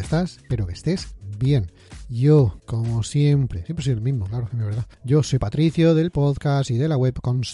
estás? Espero que estés bien. Yo, como siempre soy el mismo, claro, es verdad. Yo soy Patricio del podcast y de la web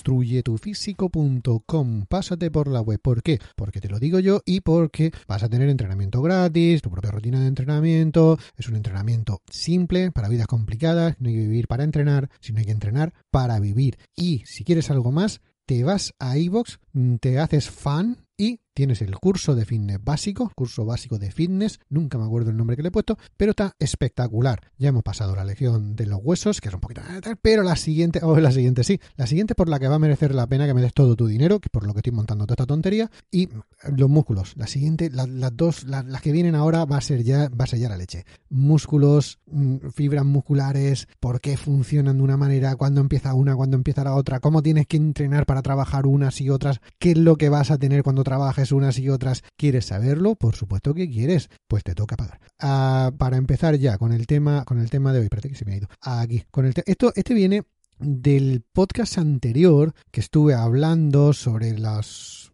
construyetufísico.com. Pásate por la web. ¿Por qué? Porque te lo digo yo y porque vas a tener entrenamiento gratis, tu propia rutina de entrenamiento. Es un entrenamiento simple para vidas complicadas. No hay que vivir para entrenar, sino hay que entrenar para vivir. Y si quieres algo más, te vas a iVoox, te haces fan y tienes el curso de fitness básico, curso básico de fitness, nunca me acuerdo el nombre que le he puesto, pero está espectacular. Ya hemos pasado la lección de los huesos, que es un poquito tal, pero la siguiente por la que va a merecer la pena que me des todo tu dinero, que por lo que estoy montando toda esta tontería, y los músculos. La siguiente, las que vienen ahora va a ser ya la leche. Músculos, fibras musculares, por qué funcionan de una manera, cuándo empieza una, cuándo empieza la otra, cómo tienes que entrenar para trabajar unas y otras, qué es lo que vas a tener cuando trabajes unas y otras. ¿Quieres saberlo? Por supuesto que quieres. Pues te toca pagar. Para empezar ya con el tema de hoy. Espérate que se me ha ido. Aquí. Este viene del podcast anterior que estuve hablando sobre los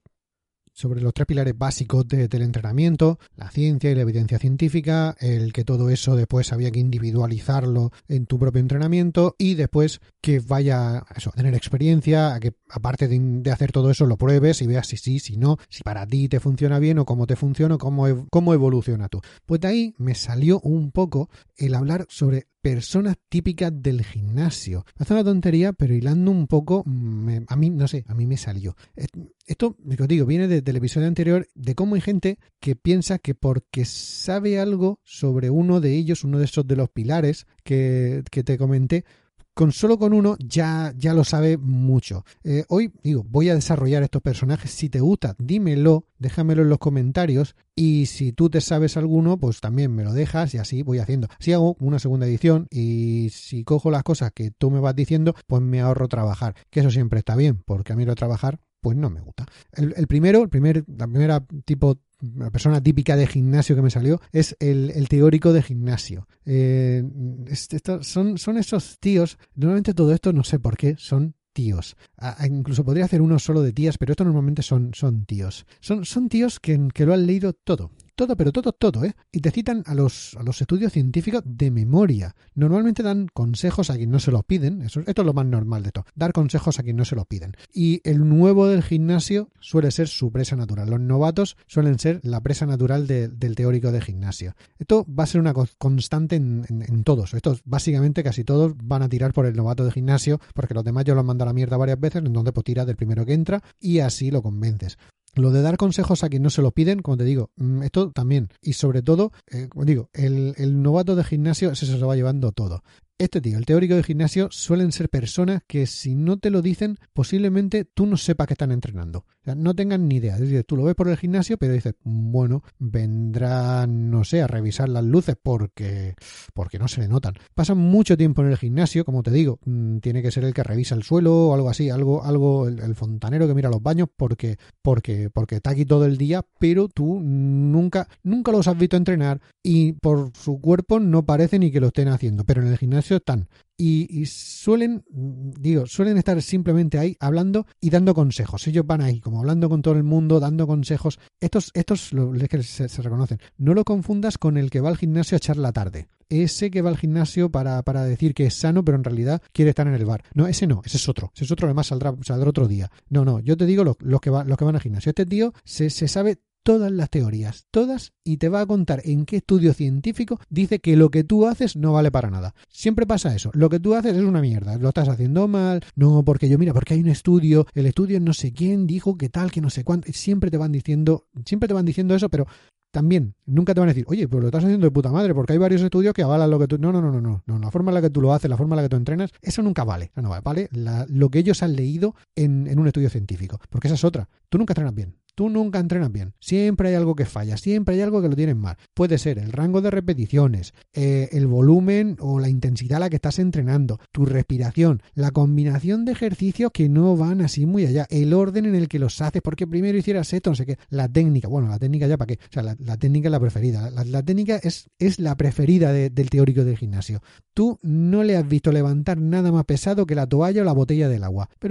3 pilares básicos del entrenamiento, la ciencia y la evidencia científica, el que todo eso después había que individualizarlo en tu propio entrenamiento y después que vaya a tener experiencia, a que aparte de hacer todo eso lo pruebes y veas si sí, si no, si para ti te funciona bien o cómo te funciona o cómo evoluciona tú. Pues de ahí me salió un poco el hablar sobre personas típicas del gimnasio. Me hace una tontería, pero hilando un poco, a mí me salió. Esto, os digo, viene del episodio anterior de cómo hay gente que piensa que porque sabe algo sobre uno de ellos, uno de esos de los pilares que te comenté, solo con uno ya lo sabe mucho. Hoy voy a desarrollar estos personajes. Si te gusta, dímelo, déjamelo en los comentarios y si tú te sabes alguno, pues también me lo dejas y así voy haciendo. Así hago una segunda edición y si cojo las cosas que tú me vas diciendo, pues me ahorro trabajar, que eso siempre está bien, porque a mí lo de trabajar pues no me gusta. La primera la persona típica de gimnasio que me salió es el teórico de gimnasio. Son esos tíos, normalmente todo esto no sé por qué, son tíos. Incluso podría hacer uno solo de tías, pero estos normalmente son tíos. Son tíos que lo han leído todo, ¿eh? Y te citan a los estudios científicos de memoria. Normalmente dan consejos a quien no se los piden. Esto es lo más normal de todo. Dar consejos a quien no se los piden. Y el nuevo del gimnasio suele ser su presa natural. Los novatos suelen ser la presa natural del teórico de gimnasio. Esto va a ser una constante en todos. Estos, básicamente, casi todos van a tirar por el novato de gimnasio, porque los demás ya lo han mandado a la mierda varias veces, entonces pues tira del primero que entra y así lo convences. Lo de dar consejos a quien no se lo piden, como te digo, esto también. Y sobre todo, el novato de gimnasio ese se lo va llevando todo. El teórico de gimnasio, suelen ser personas que si no te lo dicen, posiblemente tú no sepas que están entrenando. O sea, no tengan ni idea. Es decir, tú lo ves por el gimnasio, pero dices, bueno, vendrá, no sé, a revisar las luces porque no se le notan. Pasan mucho tiempo en el gimnasio, como te digo, tiene que ser el que revisa el suelo o algo así, el fontanero que mira los baños porque está aquí todo el día, pero tú nunca los has visto entrenar y por su cuerpo no parece ni que lo estén haciendo, pero en el gimnasio están y suelen estar simplemente ahí hablando y dando consejos. Ellos van ahí como hablando con todo el mundo, dando consejos. Estos es que se reconocen. No lo confundas con el que va al gimnasio a echar la tarde. Ese que va al gimnasio para decir que es sano, pero en realidad quiere estar en el bar. No, ese es otro. Ese es otro, además saldrá otro día. No, yo te digo los que van al gimnasio. Este tío se sabe todas las teorías, todas, y te va a contar en qué estudio científico dice que lo que tú haces no vale para nada. Siempre pasa eso, lo que tú haces es una mierda, lo estás haciendo mal, no, porque hay un estudio, el estudio no sé quién dijo que tal, que no sé cuánto, siempre te van diciendo eso, pero también nunca te van a decir, oye, pues lo estás haciendo de puta madre, porque hay varios estudios que avalan lo que tú... No, la forma en la que tú lo haces, la forma en la que tú entrenas, eso nunca vale. No vale lo que ellos han leído en un estudio científico, porque esa es otra. Tú nunca entrenas bien. Siempre hay algo que falla, siempre hay algo que lo tienes mal. Puede ser el rango de repeticiones, el volumen o la intensidad a la que estás entrenando, tu respiración, la combinación de ejercicios que no van así muy allá, el orden en el que los haces, porque primero hicieras esto, no sé qué, la técnica, la técnica ya para qué, o sea, la técnica es la preferida, la técnica es la preferida del teórico del gimnasio. Tú no le has visto levantar nada más pesado que la toalla o la botella del agua, pero oye,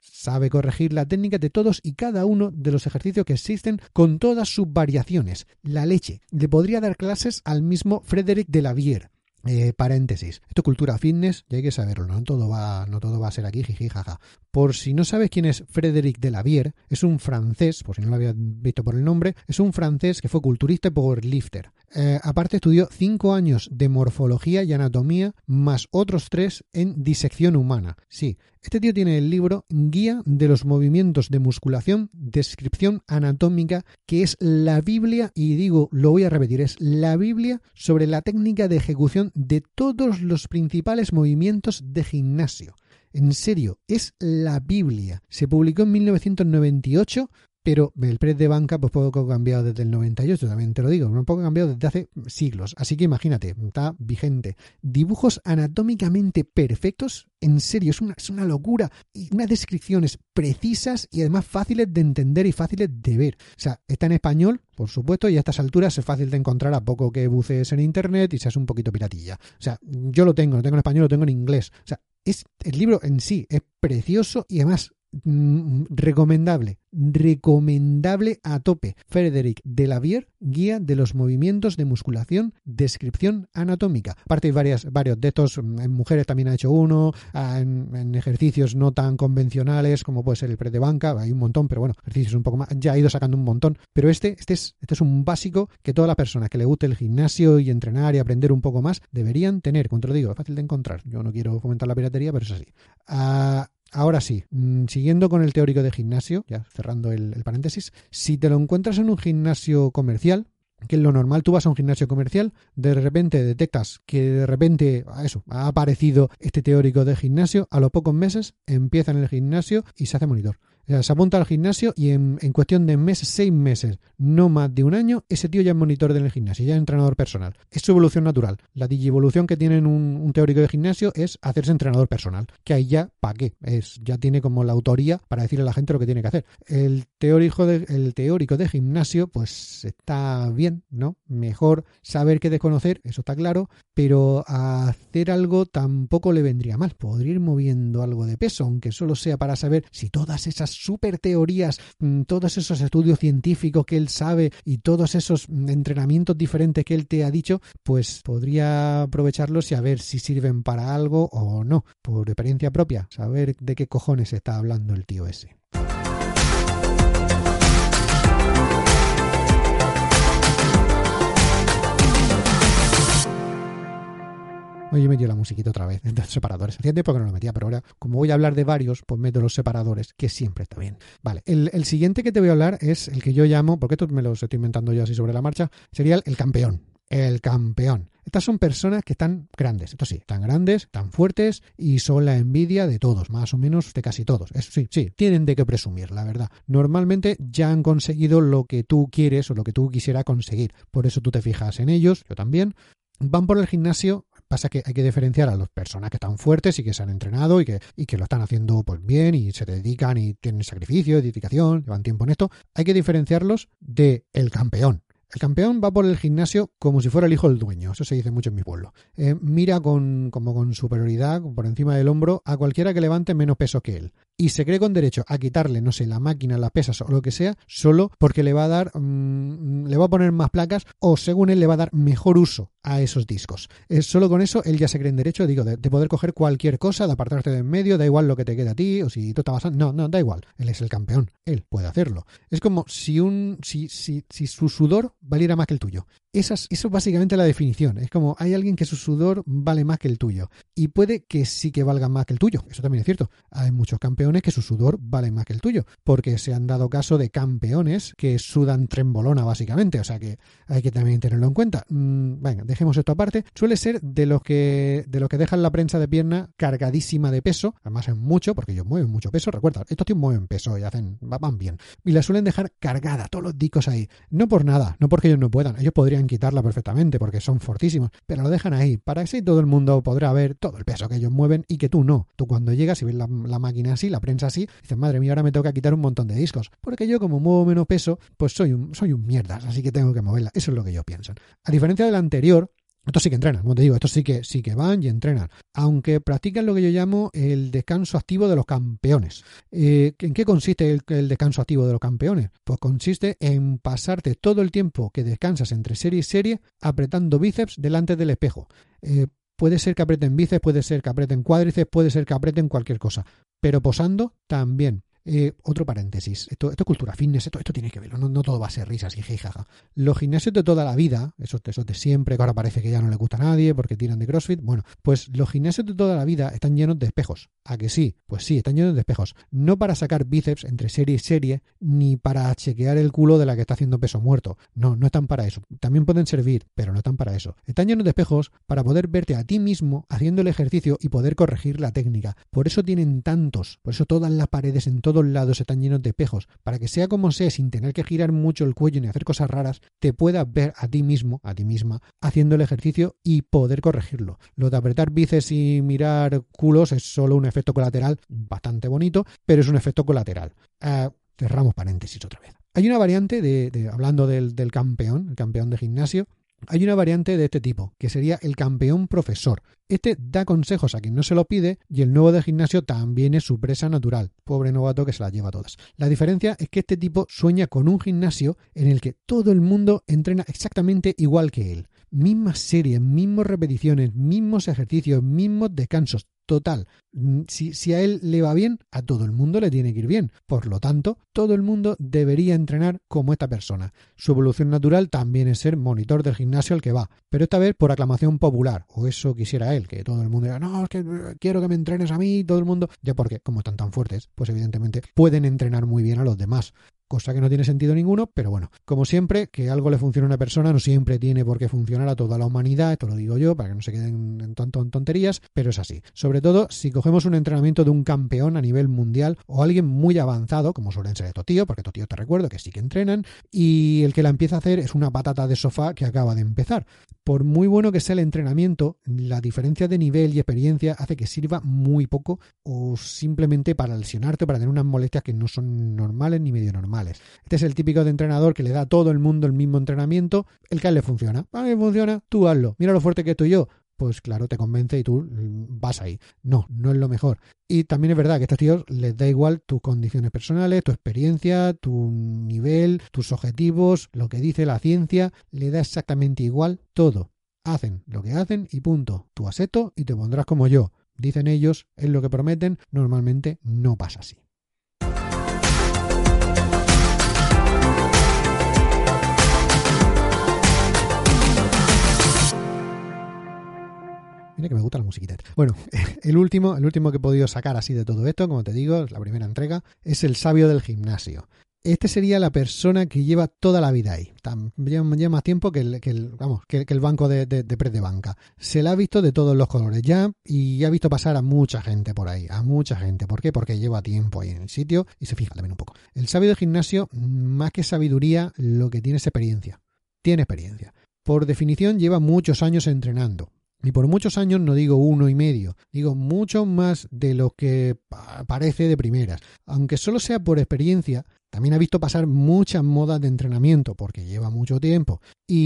sabe corregir la técnica de todos y cada uno de los ejercicios que existen con todas sus variaciones. La leche. Le podría dar clases al mismo Frédéric Delavier. Paréntesis. Esto es cultura fitness y hay que saberlo, no todo va a ser aquí jiji jaja. Por si no sabes quién es Frédéric Delavier, es un francés, por si no lo habías visto por el nombre, es un francés que fue culturista y powerlifter. Aparte estudió 5 años de morfología y anatomía más otros 3 en disección humana. Sí, este tío tiene el libro Guía de los movimientos de musculación, descripción anatómica, que es la Biblia, y digo, lo voy a repetir, es la Biblia sobre la técnica de ejecución de todos los principales movimientos de gimnasio. En serio, es la Biblia. Se publicó en 1998, pero el precio de banca pues poco ha cambiado desde el 98, también te lo digo, un poco ha cambiado desde hace siglos. Así que imagínate, está vigente. Dibujos anatómicamente perfectos, en serio, es una locura. Y unas descripciones precisas y además fáciles de entender y fáciles de ver. O sea, está en español, por supuesto, y a estas alturas es fácil de encontrar a poco que bucees en internet y seas un poquito piratilla. O sea, yo lo tengo en español, lo tengo en inglés. O sea, el libro en sí es precioso y además recomendable a tope. Frédéric Delavier, Guía de los movimientos de musculación, descripción anatómica. Aparte hay varios de estos, en mujeres también ha hecho uno, en ejercicios no tan convencionales como puede ser el press de banca, hay un montón, pero bueno, ejercicios un poco más, ya ha ido sacando un montón, pero este es un básico que todas las personas que le guste el gimnasio y entrenar y aprender un poco más deberían tener. Como te lo digo, es fácil de encontrar, yo no quiero fomentar la piratería, pero es así. Ahora sí, siguiendo con el teórico de gimnasio, ya cerrando el paréntesis, si te lo encuentras en un gimnasio comercial, que es lo normal, tú vas a un gimnasio comercial, de repente detectas que de repente ha aparecido este teórico de gimnasio, a los pocos meses empieza en el gimnasio y se hace monitor. O sea, se apunta al gimnasio y en cuestión de meses, 6 meses, no más de un año, ese tío ya es monitor del gimnasio, ya es entrenador personal. Es su evolución natural. La digievolución que tiene un teórico de gimnasio es hacerse entrenador personal, que ahí ya, ¿para qué? Ya tiene como la autoría para decirle a la gente lo que tiene que hacer. El teórico de gimnasio, pues está bien, ¿no? Mejor saber que desconocer, eso está claro, pero a hacer algo tampoco le vendría mal. Podría ir moviendo algo de peso, aunque solo sea para saber si todas esas super teorías, todos esos estudios científicos que él sabe y todos esos entrenamientos diferentes que él te ha dicho, pues podría aprovecharlos y a ver si sirven para algo o no, por experiencia propia, saber de qué cojones está hablando el tío ese. Hoy he metido la musiquita otra vez, entre los separadores. Hacía tiempo que no lo metía, pero ahora, como voy a hablar de varios, pues meto los separadores, que siempre está bien. Vale, el siguiente que te voy a hablar es el que yo llamo, porque esto me los estoy inventando yo así sobre la marcha, sería el campeón. El campeón. Estas son personas que están grandes, esto sí, tan grandes, tan fuertes y son la envidia de todos, más o menos de casi todos. Sí, tienen de qué presumir, la verdad. Normalmente ya han conseguido lo que tú quieres o lo que tú quisieras conseguir. Por eso tú te fijas en ellos, yo también. Van por el gimnasio. Pasa que hay que diferenciar a las personas que están fuertes y que se han entrenado y que lo están haciendo pues bien y se dedican y tienen sacrificio, dedicación, llevan tiempo en esto. Hay que diferenciarlos de el campeón. El campeón va por el gimnasio como si fuera el hijo del dueño, eso se dice mucho en mi pueblo. Mira como con superioridad, por encima del hombro, a cualquiera que levante menos peso que él. Y se cree con derecho a quitarle, no sé, la máquina, las pesas o lo que sea, solo porque le va a dar, le va a poner más placas o según él le va a dar mejor uso a esos discos. Solo con eso él ya se cree en derecho, de poder coger cualquier cosa, de apartarte de en medio, da igual lo que te quede a ti o si tú estás pasando. No, da igual. Él es el campeón, él puede hacerlo. Es como si su sudor valiera más que el tuyo. Eso es básicamente la definición. Es como hay alguien que su sudor vale más que el tuyo. Y puede que sí que valga más que el tuyo. Eso también es cierto. Hay muchos campeones que su sudor vale más que el tuyo. Porque se han dado caso de campeones que sudan trembolona básicamente. O sea que hay que también tenerlo en cuenta. Venga, dejemos esto aparte. Suele ser de los que dejan la prensa de pierna cargadísima de peso. Además es mucho, porque ellos mueven mucho peso. Recuerda, estos tíos mueven peso y van bien. Y la suelen dejar cargada, todos los discos ahí. No por nada, no porque ellos no puedan. Ellos podrían quitarla perfectamente porque son fortísimos, pero lo dejan ahí para que así todo el mundo podrá ver todo el peso que ellos mueven y que tú no. Tú cuando llegas y ves la máquina así, la prensa así, dices, madre mía, ahora me toca quitar un montón de discos, porque yo como muevo menos peso, pues soy un mierdas, así que tengo que moverla. Eso es lo que ellos piensan. A diferencia del anterior, Estos sí que entrenan, como te digo, estos sí que van y entrenan, aunque practican lo que yo llamo el descanso activo de los campeones. ¿En qué consiste el descanso activo de los campeones? Pues consiste en pasarte todo el tiempo que descansas entre serie y serie apretando bíceps delante del espejo. Puede ser que aprieten bíceps, puede ser que aprieten cuádriceps, puede ser que aprieten cualquier cosa, pero posando también. Otro paréntesis, esto es cultura fitness, esto tiene que verlo, no todo va a ser risas y jijaja. Los gimnasios de toda la vida, esos de siempre, que ahora parece que ya no les gusta a nadie porque tiran de CrossFit, bueno, pues los gimnasios de toda la vida están llenos de espejos. ¿A que sí? Pues sí, están llenos de espejos. No para sacar bíceps entre serie y serie, ni para chequear el culo de la que está haciendo peso muerto. No están para eso. También pueden servir, pero no están para eso. Están llenos de espejos para poder verte a ti mismo haciendo el ejercicio y poder corregir la técnica. Por eso tienen tantos, por eso todas las paredes en todos lados están llenos de espejos, para que sea como sea, sin tener que girar mucho el cuello ni hacer cosas raras, te puedas ver a ti mismo, a ti misma, haciendo el ejercicio y poder corregirlo. Lo de apretar bíceps y mirar culos es solo un efecto colateral bastante bonito, pero es un efecto colateral. Cerramos paréntesis otra vez. Hay una variante hablando del campeón, el campeón de gimnasio. Hay una variante de este tipo, que sería el campeón profesor. Este da consejos a quien no se lo pide y el nuevo de gimnasio también es su presa natural. Pobre novato que se las lleva todas. La diferencia es que este tipo sueña con un gimnasio en el que todo el mundo entrena exactamente igual que él. Mismas series, mismas repeticiones, mismos ejercicios, mismos descansos. Total, si a él le va bien, a todo el mundo le tiene que ir bien. Por lo tanto, todo el mundo debería entrenar como esta persona. Su evolución natural también es ser monitor del gimnasio al que va, pero esta vez por aclamación popular, o eso quisiera él, que todo el mundo diga, no, es que quiero que me entrenes a mí, todo el mundo, ya porque como están tan fuertes, pues evidentemente pueden entrenar muy bien a los demás. Cosa que no tiene sentido ninguno, pero bueno, como siempre, que algo le funcione a una persona no siempre tiene por qué funcionar a toda la humanidad, esto lo digo yo, para que no se queden en tonterías, pero es así. Sobre todo, si cogemos un entrenamiento de un campeón a nivel mundial o alguien muy avanzado, como suelen ser estos tíos, porque estos tíos te recuerdo que sí que entrenan, y el que la empieza a hacer es una patata de sofá que acaba de empezar. Por muy bueno que sea el entrenamiento, la diferencia de nivel y experiencia hace que sirva muy poco o simplemente para lesionarte o para tener unas molestias que no son normales ni medio normales. Este es el típico de entrenador que le da a todo el mundo el mismo entrenamiento, el que a él le funciona. A mí me funciona, tú hazlo. Mira lo fuerte que estoy yo. Pues claro, te convence y tú vas ahí. No es lo mejor. Y también es verdad que a estos tíos les da igual tus condiciones personales, tu experiencia, tu nivel, tus objetivos, lo que dice la ciencia, le da exactamente igual todo. Hacen lo que hacen y punto. Tú haz esto y te pondrás como yo. Dicen ellos, es lo que prometen, normalmente no pasa así. Mira que me gusta la musiquita. Bueno, el último que he podido sacar así de todo esto, como te digo, es la primera entrega, es el sabio del gimnasio. Este sería la persona que lleva toda la vida ahí. Lleva más tiempo que el banco de press de banca. Se la ha visto de todos los colores ya y ha visto pasar a mucha gente por ahí. A mucha gente. ¿Por qué? Porque lleva tiempo ahí en el sitio y se fija también un poco. El sabio del gimnasio, más que sabiduría, lo que tiene es experiencia. Tiene experiencia. Por definición, lleva muchos años entrenando. Y por muchos años no digo 1,5, digo mucho más de lo que parece de primeras. Aunque solo sea por experiencia, también ha visto pasar muchas modas de entrenamiento porque lleva mucho tiempo.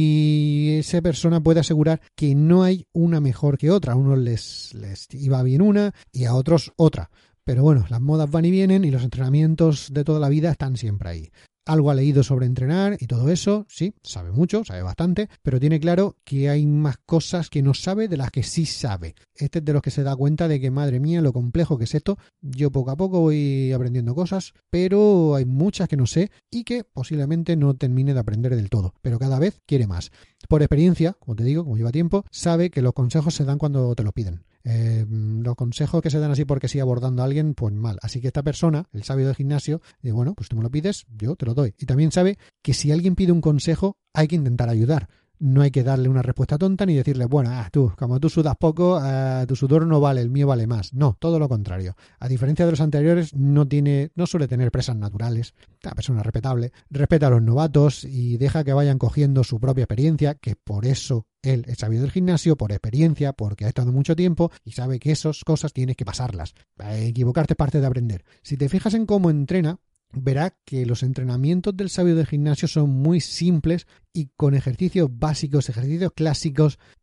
Y esa persona puede asegurar que no hay una mejor que otra. A unos les iba bien una y a otros otra. Pero bueno, las modas van y vienen y los entrenamientos de toda la vida están siempre ahí. Algo ha leído sobre entrenar y todo eso, sí, sabe mucho, sabe bastante, pero tiene claro que hay más cosas que no sabe de las que sí sabe. Este es de los que se da cuenta de que, madre mía, lo complejo que es esto. Yo poco a poco voy aprendiendo cosas, pero hay muchas que no sé y que posiblemente no termine de aprender del todo, pero cada vez quiere más. Por experiencia, como te digo, como lleva tiempo, sabe que los consejos se dan cuando te lo piden. Los consejos que se dan así porque sigue abordando a alguien, pues mal. Así que esta persona, el sabio del gimnasio, dice, bueno, pues tú me lo pides, yo te lo doy. Y también sabe que si alguien pide un consejo, hay que intentar ayudar. No hay que darle una respuesta tonta ni decirle, bueno, como tú sudas poco, tu sudor no vale, el mío vale más. No, todo lo contrario. A diferencia de los anteriores, no suele tener presas naturales. Una persona respetable, respeta a los novatos y deja que vayan cogiendo su propia experiencia, que por eso él es sabio del gimnasio, por experiencia, porque ha estado mucho tiempo y sabe que esas cosas tienes que pasarlas. Equivocarte es parte de aprender. Si te fijas en cómo entrena, verá que los entrenamientos del sabio del gimnasio son muy simples y con ejercicios básicos, ejercicios clásicos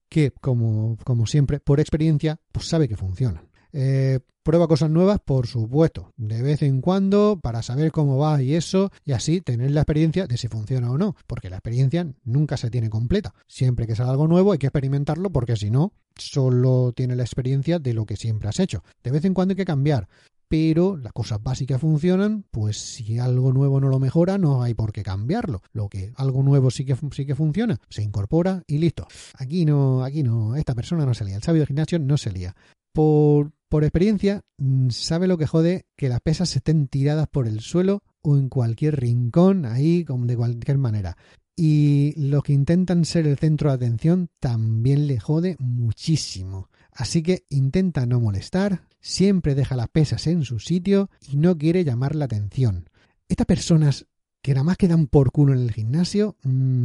que, como siempre, por experiencia, pues sabe que funcionan. Prueba cosas nuevas, por supuesto, de vez en cuando, para saber cómo va y eso, y así tener la experiencia de si funciona o no, porque la experiencia nunca se tiene completa. Siempre que sale algo nuevo hay que experimentarlo, porque si no, solo tiene la experiencia de lo que siempre has hecho. De vez en cuando hay que cambiar, pero las cosas básicas funcionan, pues si algo nuevo no lo mejora, no hay por qué cambiarlo. Lo que algo nuevo sí que funciona, se incorpora y listo. Aquí no, esta persona no se lía, el sabio del gimnasio no se lía. Por experiencia, sabe lo que jode que las pesas estén tiradas por el suelo o en cualquier rincón, ahí, de cualquier manera. Y los que intentan ser el centro de atención también le jode muchísimo. Así que intenta no molestar, siempre deja las pesas en su sitio y no quiere llamar la atención. Estas personas que nada más quedan por culo en el gimnasio,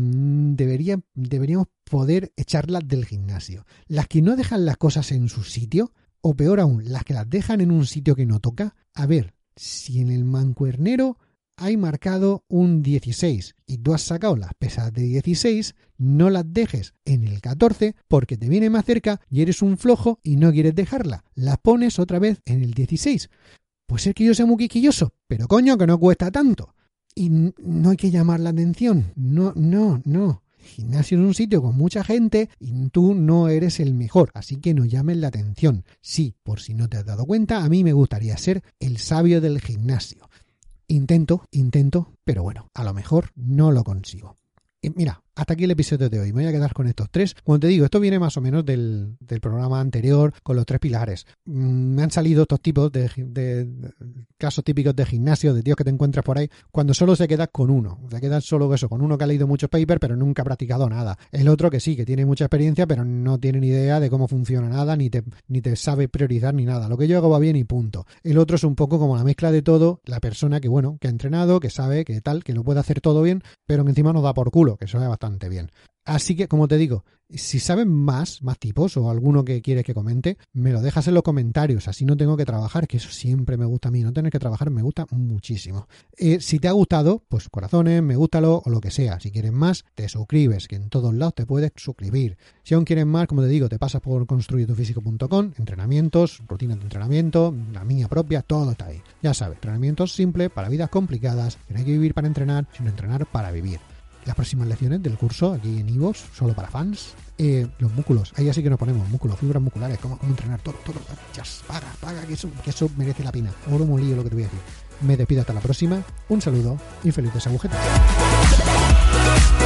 deberíamos poder echarlas del gimnasio. Las que no dejan las cosas en su sitio, o peor aún, las que las dejan en un sitio que no toca, a ver, si en el mancuernero hay marcado un 16 y tú has sacado las pesas de 16, no las dejes en el 14 porque te viene más cerca y eres un flojo y no quieres dejarla. Las pones otra vez en el 16. Puede ser que yo sea muy quisquilloso, pero coño que no cuesta tanto. Y no hay que llamar la atención. No. El gimnasio es un sitio con mucha gente y tú no eres el mejor, así que no llames la atención. Sí, por si no te has dado cuenta, a mí me gustaría ser el sabio del gimnasio. Intento, pero bueno, a lo mejor no lo consigo. Y mira, hasta aquí el episodio de hoy. Me voy a quedar con estos 3. Como te digo, esto viene más o menos del programa anterior con los 3 pilares. Me han salido estos tipos de casos típicos de gimnasio, de tíos que te encuentras por ahí, cuando solo se quedas con uno. Se quedas solo eso, con uno que ha leído muchos papers, pero nunca ha practicado nada. El otro que sí, que tiene mucha experiencia, pero no tiene ni idea de cómo funciona nada, ni te sabe priorizar ni nada. Lo que yo hago va bien y punto. El otro es un poco como la mezcla de todo, la persona que, bueno, que ha entrenado, que sabe, que tal, que lo puede hacer todo bien, pero que encima nos da por culo, que eso es bastante bien. Así que, como te digo, si saben más tipos o alguno que quieres que comente, me lo dejas en los comentarios, así no tengo que trabajar, que eso siempre me gusta a mí, no tener que trabajar me gusta muchísimo. Si te ha gustado, pues corazones, me gústalo o lo que sea. Si quieres más, te suscribes, que en todos lados te puedes suscribir. Si aún quieres más, como te digo, te pasas por construyetufísico.com, entrenamientos, rutinas de entrenamiento, la mía propia, todo está ahí. Ya sabes, entrenamientos simples para vidas complicadas, que no hay que vivir para entrenar, sino entrenar para vivir. Las próximas lecciones del curso aquí en iVoox, solo para fans, los músculos, ahí así que nos ponemos músculos, fibras musculares, cómo entrenar, todo, paga, que eso merece la pena. Oro molillo lo que te voy a decir. Me despido hasta la próxima, un saludo y felices agujetas.